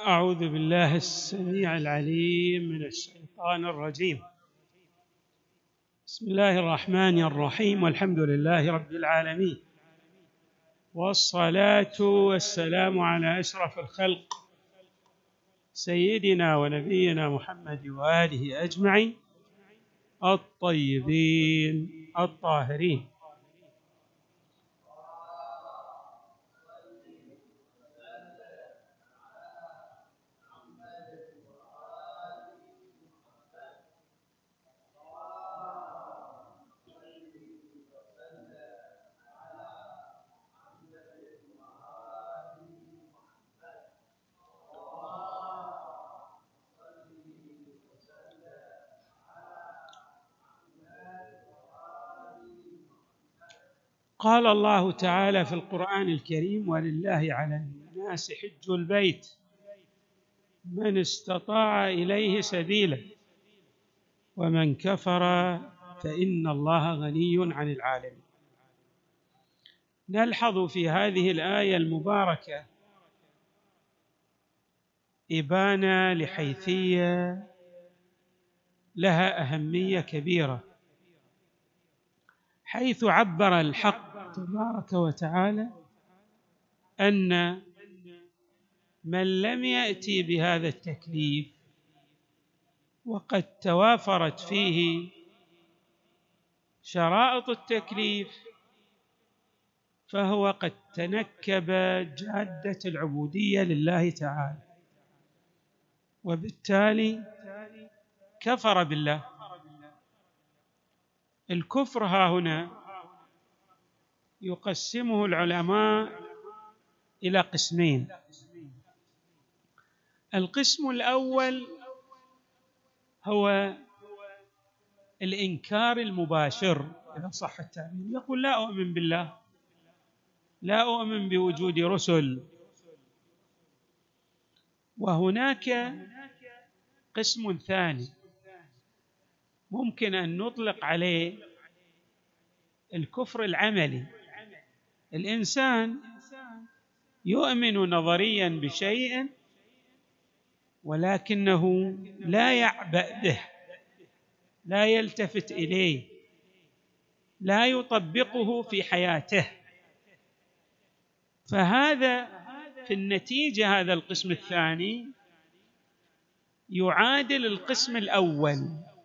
أعوذ بالله السميع العليم من الشيطان الرجيم. بسم الله الرحمن الرحيم، والحمد لله رب العالمين، والصلاة والسلام على أشرف الخلق سيدنا ونبينا محمد وآله أجمعين الطيبين الطاهرين. قال الله تعالى في القرآن الكريم: ولله على الناس حج البيت من استطاع إليه سبيلا ومن كفر فإن الله غني عن العالمين. نلحظ في هذه الآية المباركة إبانة لحيثية لها أهمية كبيرة، حيث عبر الحق تبارك وتعالى أن من لم يأتي بهذا التكليف وقد توافرت فيه شرائط التكليف فهو قد تنكب جادة العبودية لله تعالى، وبالتالي كفر بالله. الكفر ها هنا يقسمه العلماء إلى قسمين. القسم الأول هو الإنكار المباشر، إذا صح التعبير، يقول لا أؤمن بالله، لا أؤمن بوجود رسل. وهناك قسم ثاني ممكن أن نطلق عليه الكفر العملي. الإنسان يؤمن نظرياً بشيء ولكنه لا يعبأ به، لا يلتفت إليه، لا يطبقه في حياته. فهذا في النتيجة هذا القسم الثاني يعادل القسم الأول.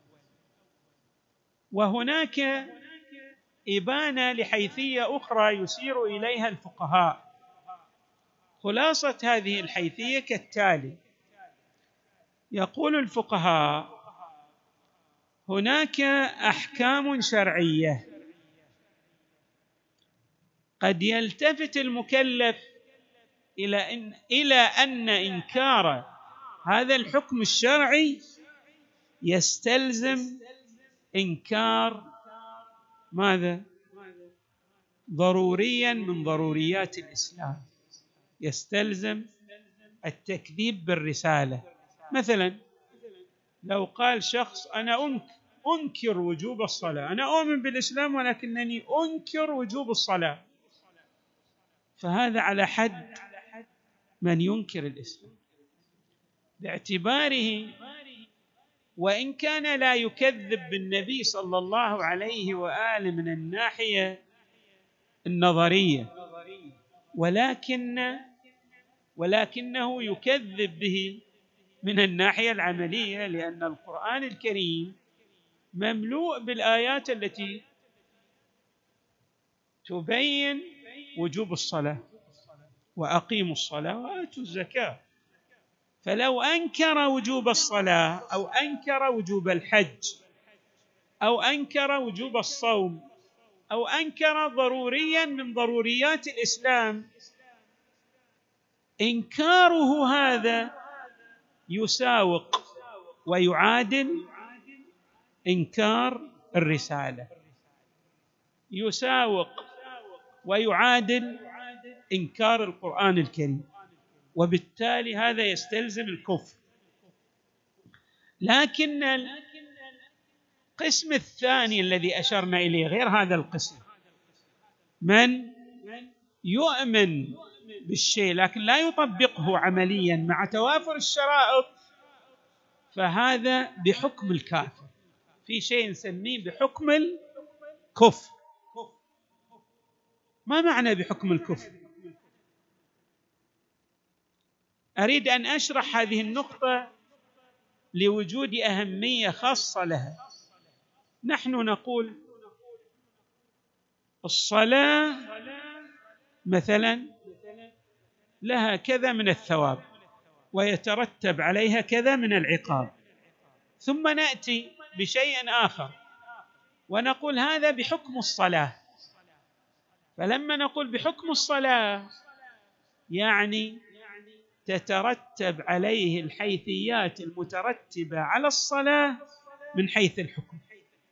وهناك إبانة لحيثية أخرى يشير إليها الفقهاء. خلاصة هذه الحيثية كالتالي: يقول الفقهاء هناك أحكام شرعية قد يلتفت المكلف إلى أن إنكار هذا الحكم الشرعي يستلزم إنكار ماذا؟ ضروريا من ضروريات الإسلام، يستلزم التكذيب بالرسالة. مثلا لو قال شخص: أنا أنكر وجوب الصلاة، أنا أؤمن بالإسلام ولكنني أنكر وجوب الصلاة، فهذا على حد من ينكر الإسلام، باعتباره وإن كان لا يكذب بالنبي صلى الله عليه وآله من الناحية النظرية، ولكنه يكذب به من الناحية العملية، لأن القرآن الكريم مملوء بالآيات التي تبين وجوب الصلاة: وأقيموا الصلاة وآتوا الزكاة. فلو أنكر وجوب الصلاة أو أنكر وجوب الحج أو أنكر وجوب الصوم أو أنكر ضروريا من ضروريات الإسلام، إنكاره هذا يساوق ويعادل إنكار الرسالة، يساوق ويعادل إنكار القرآن الكريم، وبالتالي هذا يستلزم الكفر. لكن القسم الثاني الذي أشرنا إليه غير هذا القسم، من يؤمن بالشيء لكن لا يطبقه عمليا مع توافر الشرائط، فهذا بحكم الكافر. في شيء نسميه بحكم الكفر. ما معنى بحكم الكفر؟ أريد أن أشرح هذه النقطة لوجود أهمية خاصة لها. نحن نقول الصلاة مثلا لها كذا من الثواب ويترتب عليها كذا من العقاب، ثم نأتي بشيء آخر ونقول هذا بحكم الصلاة. فلما نقول بحكم الصلاة يعني تترتب عليه الحيثيات المترتبة على الصلاة من حيث الحكم.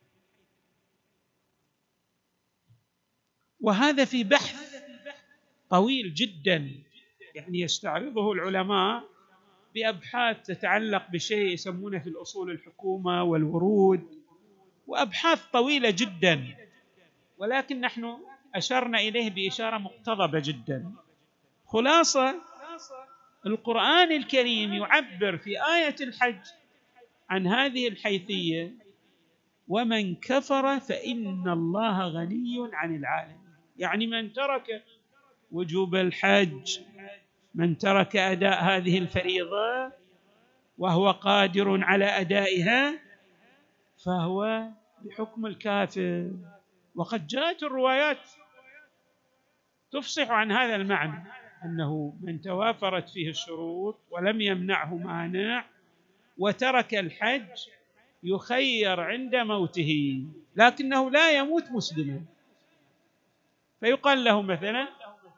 وهذا في بحث طويل جدا يعني يستعرضه العلماء بأبحاث تتعلق بشيء يسمونه في الأصول الحكومة والورود، وأبحاث طويلة جدا، ولكن نحن أشرنا إليه بإشارة مقتضبة جدا. خلاصة القرآن الكريم يعبر في آية الحج عن هذه الحيثية: ومن كفر فإن الله غني عن العالمين. يعني من ترك وجوب الحج، من ترك أداء هذه الفريضة وهو قادر على أدائها فهو بحكم الكافر. وقد جاءت الروايات تفصح عن هذا المعنى، أنه من توافرت فيه الشروط ولم يمنعه مانع وترك الحج يخير عند موته، لكنه لا يموت مسلما. فيقال له مثلا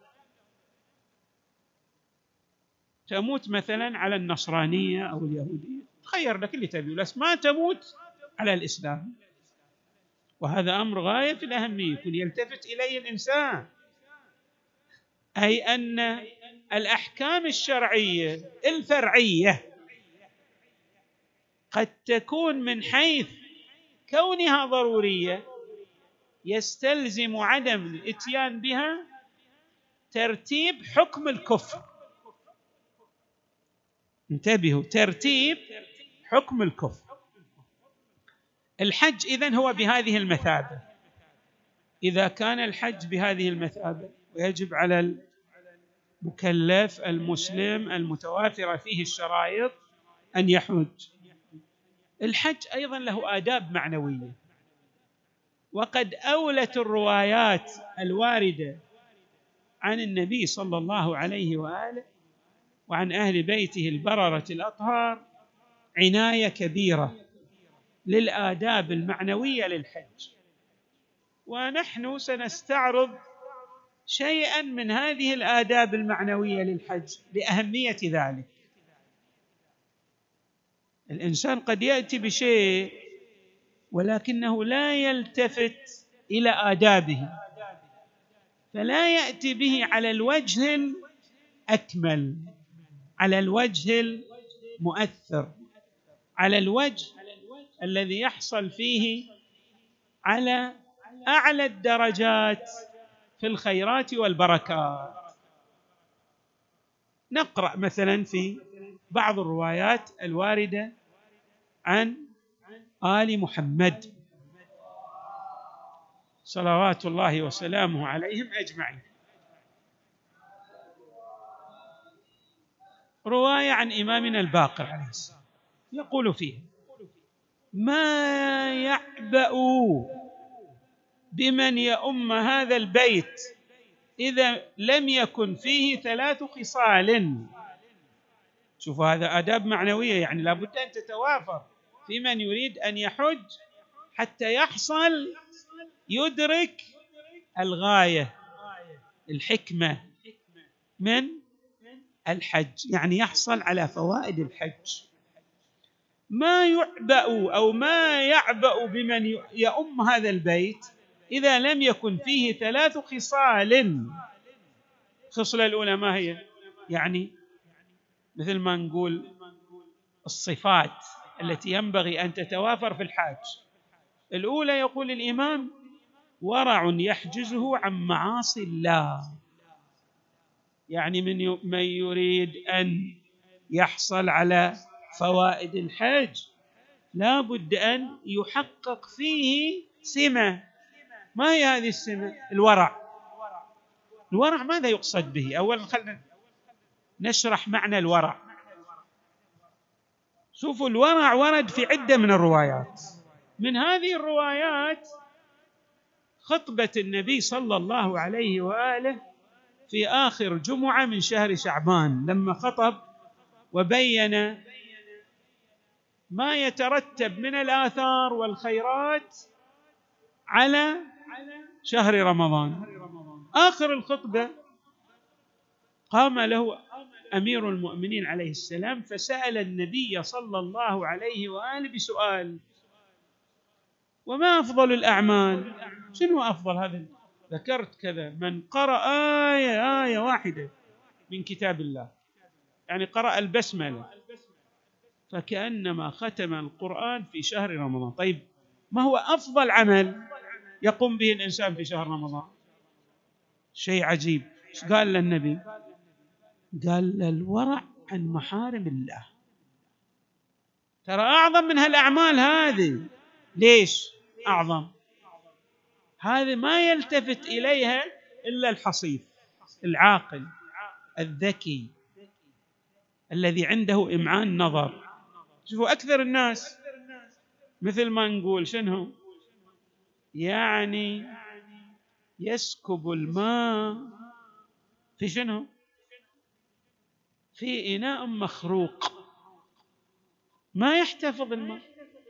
تموت مثلا على النصرانية أو اليهودية، تخير لك اللي تبيه، بس ما تموت على الإسلام. وهذا أمر غاية في الأهمية يكون يلتفت إليه الإنسان، أي أن الأحكام الشرعية الفرعية قد تكون من حيث كونها ضرورية يستلزم عدم الإتيان بها ترتيب حكم الكفر. انتبهوا، ترتيب حكم الكفر. الحج إذن هو بهذه المثابة. إذا كان الحج بهذه المثابة ويجب على المكلف المسلم المتوافرة فيه الشرائط أن يحج. الحج أيضا له آداب معنوية، وقد أولت الروايات الواردة عن النبي صلى الله عليه وآله وعن أهل بيته البررة الأطهار عناية كبيرة للآداب المعنوية للحج، ونحن سنستعرض شيئا من هذه الآداب المعنوية للحج لأهمية ذلك. الإنسان قد يأتي بشيء ولكنه لا يلتفت إلى آدابه، فلا يأتي به على الوجه الأكمل، على الوجه المؤثر، على الوجه الذي يحصل فيه على أعلى الدرجات في الخيرات والبركات. نقرأ مثلا في بعض الروايات الواردة عن آل محمد صلوات الله وسلامه عليهم أجمعين. رواية عن إمامنا الباقر عليه السلام يقول فيه: ما يعبأ بمن يؤم هذا البيت إذا لم يكن فيه 3 خصال. شوفوا، هذا آداب معنوية، يعني لابد أن تتوافر في من يريد أن يحج حتى يحصل يدرك الغاية الحكمة من الحج، يعني يحصل على فوائد الحج. ما يعبأ أو ما يعبأ بمن يؤم هذا البيت إذا لم يكن فيه 3 خصال. الخصلة الأولى ما هي؟ يعني مثل ما نقول الصفات التي ينبغي أن تتوافر في الحاج. الأولى يقول الإمام: ورع يحجزه عن معاصي الله. يعني من يريد أن يحصل على فوائد الحج لا بد أن يحقق فيه سمة. ما هي هذه السمة؟ الورع. الورع ماذا يقصد به؟ أولا خلينا نشرح معنى الورع. شوفوا، الورع ورد في عدة من الروايات. من هذه الروايات خطبة النبي صلى الله عليه وآله في آخر جمعة من شهر شعبان، لما خطب وبين ما يترتب من الآثار والخيرات على شهر رمضان. آخر الخطبة قام له أمير المؤمنين عليه السلام فسأل النبي صلى الله عليه وآله بسؤال: وما أفضل الأعمال؟ شنو أفضل هذا؟ ذكرت كذا، من قرأ آية واحدة من كتاب الله، يعني قرأ البسملة، فكأنما ختم القرآن في شهر رمضان. طيب، ما هو أفضل عمل يقوم به الإنسان في شهر رمضان؟ شيء عجيب. ايش قال للنبي؟ قال: الورع عن محارم الله. ترى أعظم من هالأعمال هذه. ليش أعظم؟ هذه ما يلتفت إليها إلا الحصيف العاقل الذكي الذي عنده إمعان نظر. شوفوا، أكثر الناس مثل ما نقول شنو، يعني يسكب الماء في شنو، في إناء مخروق، ما يحتفظ الماء.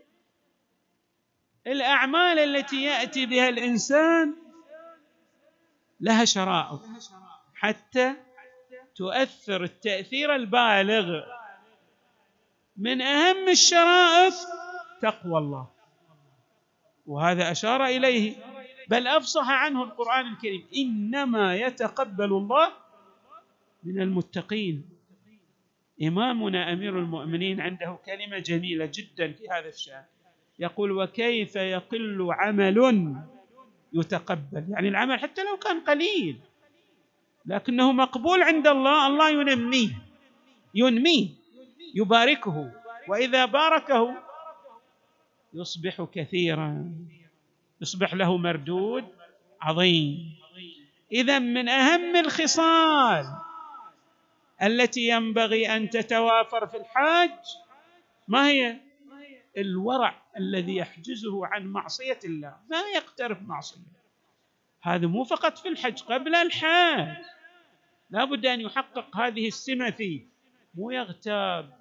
الأعمال التي يأتي بها الإنسان لها شرائط حتى تؤثر التأثير البالغ. من أهم الشرائط تقوى الله، وهذا أشار إليه بل أفصح عنه القرآن الكريم: إنما يتقبل الله من المتقين. إمامنا أمير المؤمنين عنده كلمة جميلة جدا في هذا الشأن، يقول: وكيف يقل عمل يتقبل؟ يعني العمل حتى لو كان قليل لكنه مقبول عند الله، الله ينميه يباركه، وإذا باركه يصبح كثيرا، يصبح له مردود عظيم. إذن من أهم الخصال التي ينبغي أن تتوافر في الحاج ما هي؟ الورع الذي يحجزه عن معصية الله، ما يقترف معصية. هذا مو فقط في الحج، قبل الحج لا بد أن يحقق هذه السمة فيه، مو يغتاب،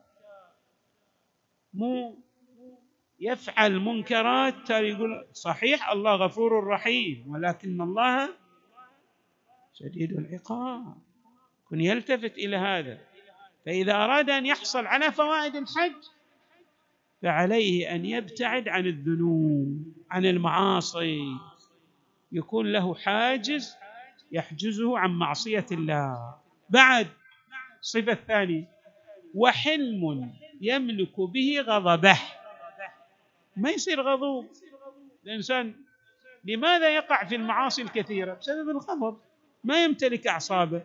مو يفعل منكرات. ترى يقول صحيح الله غفور رحيم ولكن الله شديد العقاب، كن يلتفت إلى هذا. فإذا أراد أن يحصل على فوائد الحج فعليه أن يبتعد عن الذنوب، عن المعاصي، يكون له حاجز يحجزه عن معصية الله. بعد الصفة الثانية: وحلم يملك به غضبه. ما يصير غضوب الإنسان. لماذا يقع في المعاصي الكثيرة؟ بسبب الغضب، ما يمتلك أعصابه،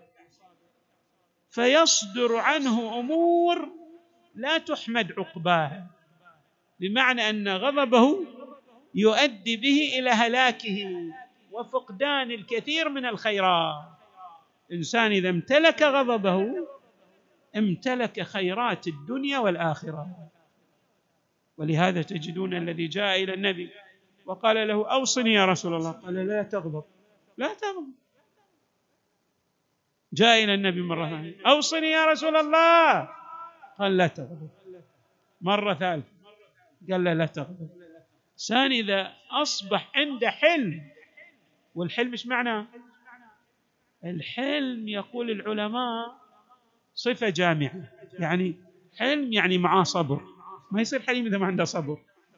فيصدر عنه أمور لا تحمد عقباها، بمعنى أن غضبه يؤدي به إلى هلاكه وفقدان الكثير من الخيرات. إنسان إذا امتلك غضبه امتلك خيرات الدنيا والآخرة. ولهذا تجدون الذي جاء إلى النبي وقال له: أوصني يا رسول الله، قال: لا تغضب، لا تغضب. جاء إلى النبي مرة ثانية: أوصني يا رسول الله، قال: لا تغضب. مرة ثالثة قال: لا تغضب. إنسان إذا أصبح عنده حلم، والحلم إيش معناه؟ الحلم يقول العلماء صفة جامعة، يعني حلم يعني معاه صبر. ما يصير حليم إذا ما عنده صبر.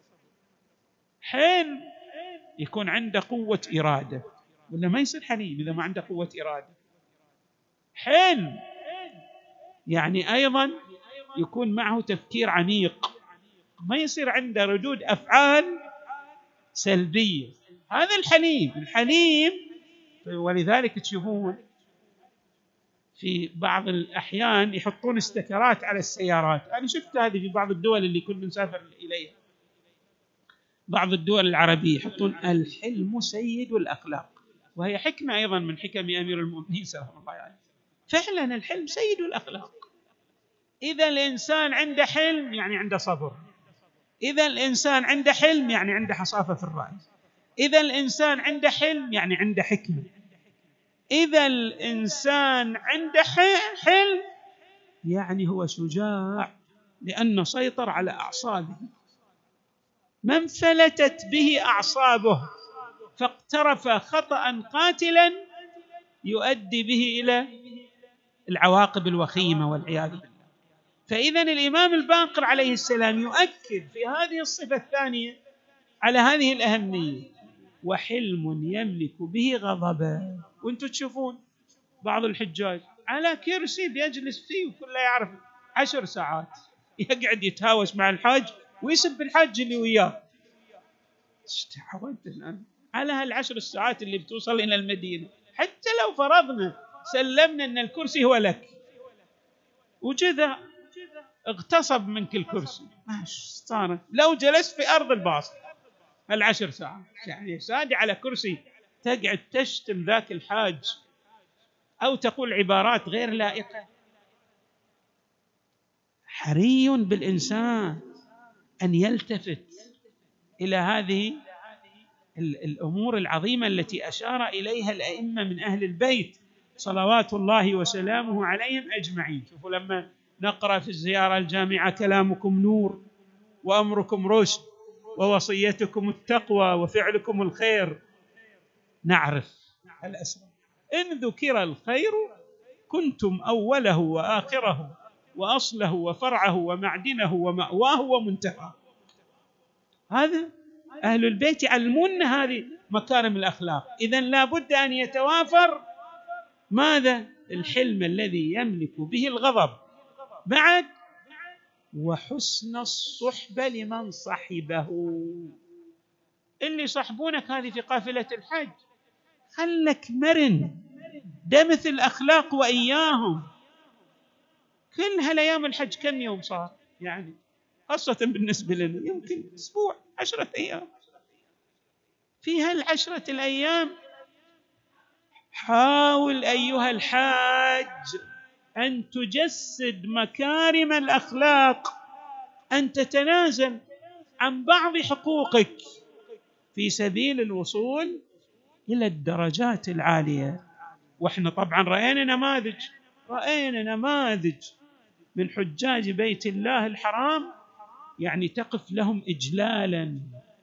حلم يكون عنده قوة إرادة، ولا ما يصير حليم إذا ما عنده قوة إرادة. حلم يعني أيضا يكون معه تفكير عميق، ما يصير عنده ردود أفعال سلبية. هذا الحليم. ولذلك تشوفون في بعض الأحيان يحطون استكرات على السيارات. أنا شفت هذه في بعض الدول اللي كنا نسافر إليها، بعض الدول العربية يحطون الحلم سيد الأخلاق، وهي حكمة أيضا من حكم أمير المؤمنين سلام الله عليه. فعلا الحلم سيد الأخلاق. إذا الإنسان عنده حلم يعني عنده صبر، إذا الإنسان عنده حلم يعني عنده حصافة في الرأي، إذا الإنسان عنده حلم يعني عنده حكمة، إذا الإنسان عنده حلم يعني هو شجاع لأنه سيطر على أعصابه. من فلتت به أعصابه فاقترف خطأ قاتلا يؤدي به إلى العواقب الوخيمة والعياذ بالله. فإذا الإمام الباقر عليه السلام يؤكد في هذه الصفة الثانية على هذه الأهمية: وحلم يملك به غضبا. وانتم تشوفون بعض الحجاج على كرسي بيجلس فيه وكله يعرف 10 ساعات يقعد يتهاوش مع الحاج ويسب الحاج اللي وياه. تعودت الآن على هال10 ساعات اللي بتوصل إلى المدينة. حتى لو فرضنا سلمنا أن الكرسي هو لك وجذا اغتصب منك الكرسي، ماش صار لو جلست في أرض الباص ال10 ساعات، يعني سادي على كرسي تقعد تشتم ذاك الحاج أو تقول عبارات غير لائقة. حري بالإنسان أن يلتفت إلى هذه الأمور العظيمة التي أشار إليها الأئمة من أهل البيت صلوات الله وسلامه عليهم أجمعين. شوفوا لما نقرأ في الزيارة الجامعة: كلامكم نور وأمركم رشد ووصيتكم التقوى وفعلكم الخير، نعرف الأسرار. إن ذكر الخير كنتم أوله وآخره وأصله وفرعه ومعدنه ومأواه ومنتهاه. هذا أهل البيت يعلمون هذه مكارم الأخلاق. إذن لا بد أن يتوافر ماذا؟ الحلم الذي يملك به الغضب، بعد وحسن الصحبة لمن صحبه. اللي صحبونك هذه في قافلة الحج خلك مرن، دمث الأخلاق وإياهم. كل هالأيام الحج كم يوم صار؟ يعني خاصة بالنسبة لنا يمكن أسبوع، 10 أيام. في هال10 الأيام حاول أيها الحاج أن تجسد مكارم الأخلاق، أن تتنازل عن بعض حقوقك في سبيل الوصول إلى الدرجات العالية. وإحنا طبعا رأينا نماذج من حجاج بيت الله الحرام، يعني تقف لهم إجلالا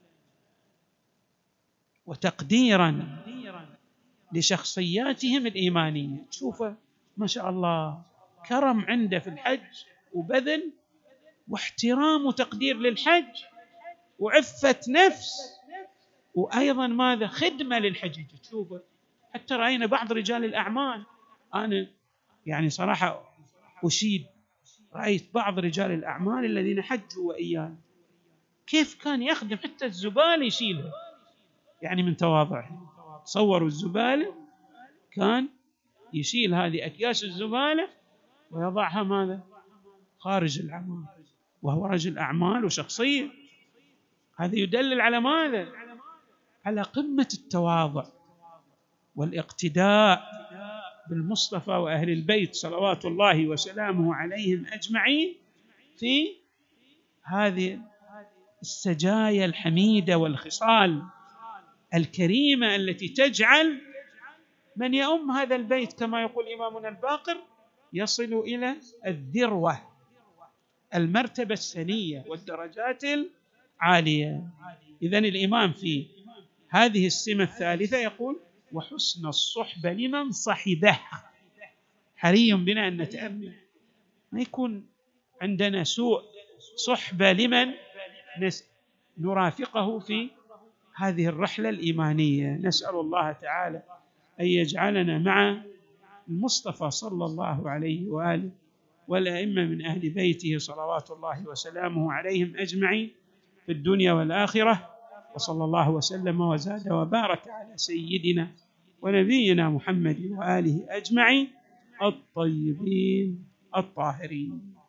وتقديرا لشخصياتهم الإيمانية. تشوفه ما شاء الله كرم عنده في الحج وبذل واحترام وتقدير للحج وعفة نفس، وأيضا ماذا؟ خدمة للحجيج. تشوفه حتى رأينا بعض رجال الأعمال، أنا يعني صراحة أشيد، رأيت بعض رجال الأعمال الذين حجوا وإيانا كيف كان يخدم حتى الزبالة يشيلها، يعني من تواضعه. تصوروا الزبالة كان يشيل هذه أكياس الزبالة ويضعها ماذا؟ خارج العمل، وهو رجل أعمال وشخصية. هذا يدلل على ماذا؟ على قمة التواضع والاقتداء بالمصطفى وأهل البيت صلوات الله وسلامه عليهم أجمعين في هذه السجايا الحميدة والخصال الكريمة التي تجعل من يؤم هذا البيت كما يقول إمامنا الباقر يصل إلى الذروة، المرتبة السنية والدرجات العالية. إذن الإمام في هذه السمة الثالثة يقول: وحسن الصحبة لمن صحبه. حري بنا أن نتأمل ما يكون عندنا سوء صحبة لمن نرافقه في هذه الرحلة الإيمانية. نسأل الله تعالى أن يجعلنا مع المصطفى صلى الله عليه وآله والأئمة من أهل بيته صلوات الله وسلامه عليهم أجمعين في الدنيا والآخرة. وصلى الله وسلم وزاد وبارك على سيدنا ونبينا محمد وآله أجمعين. الطيبين الطاهرين.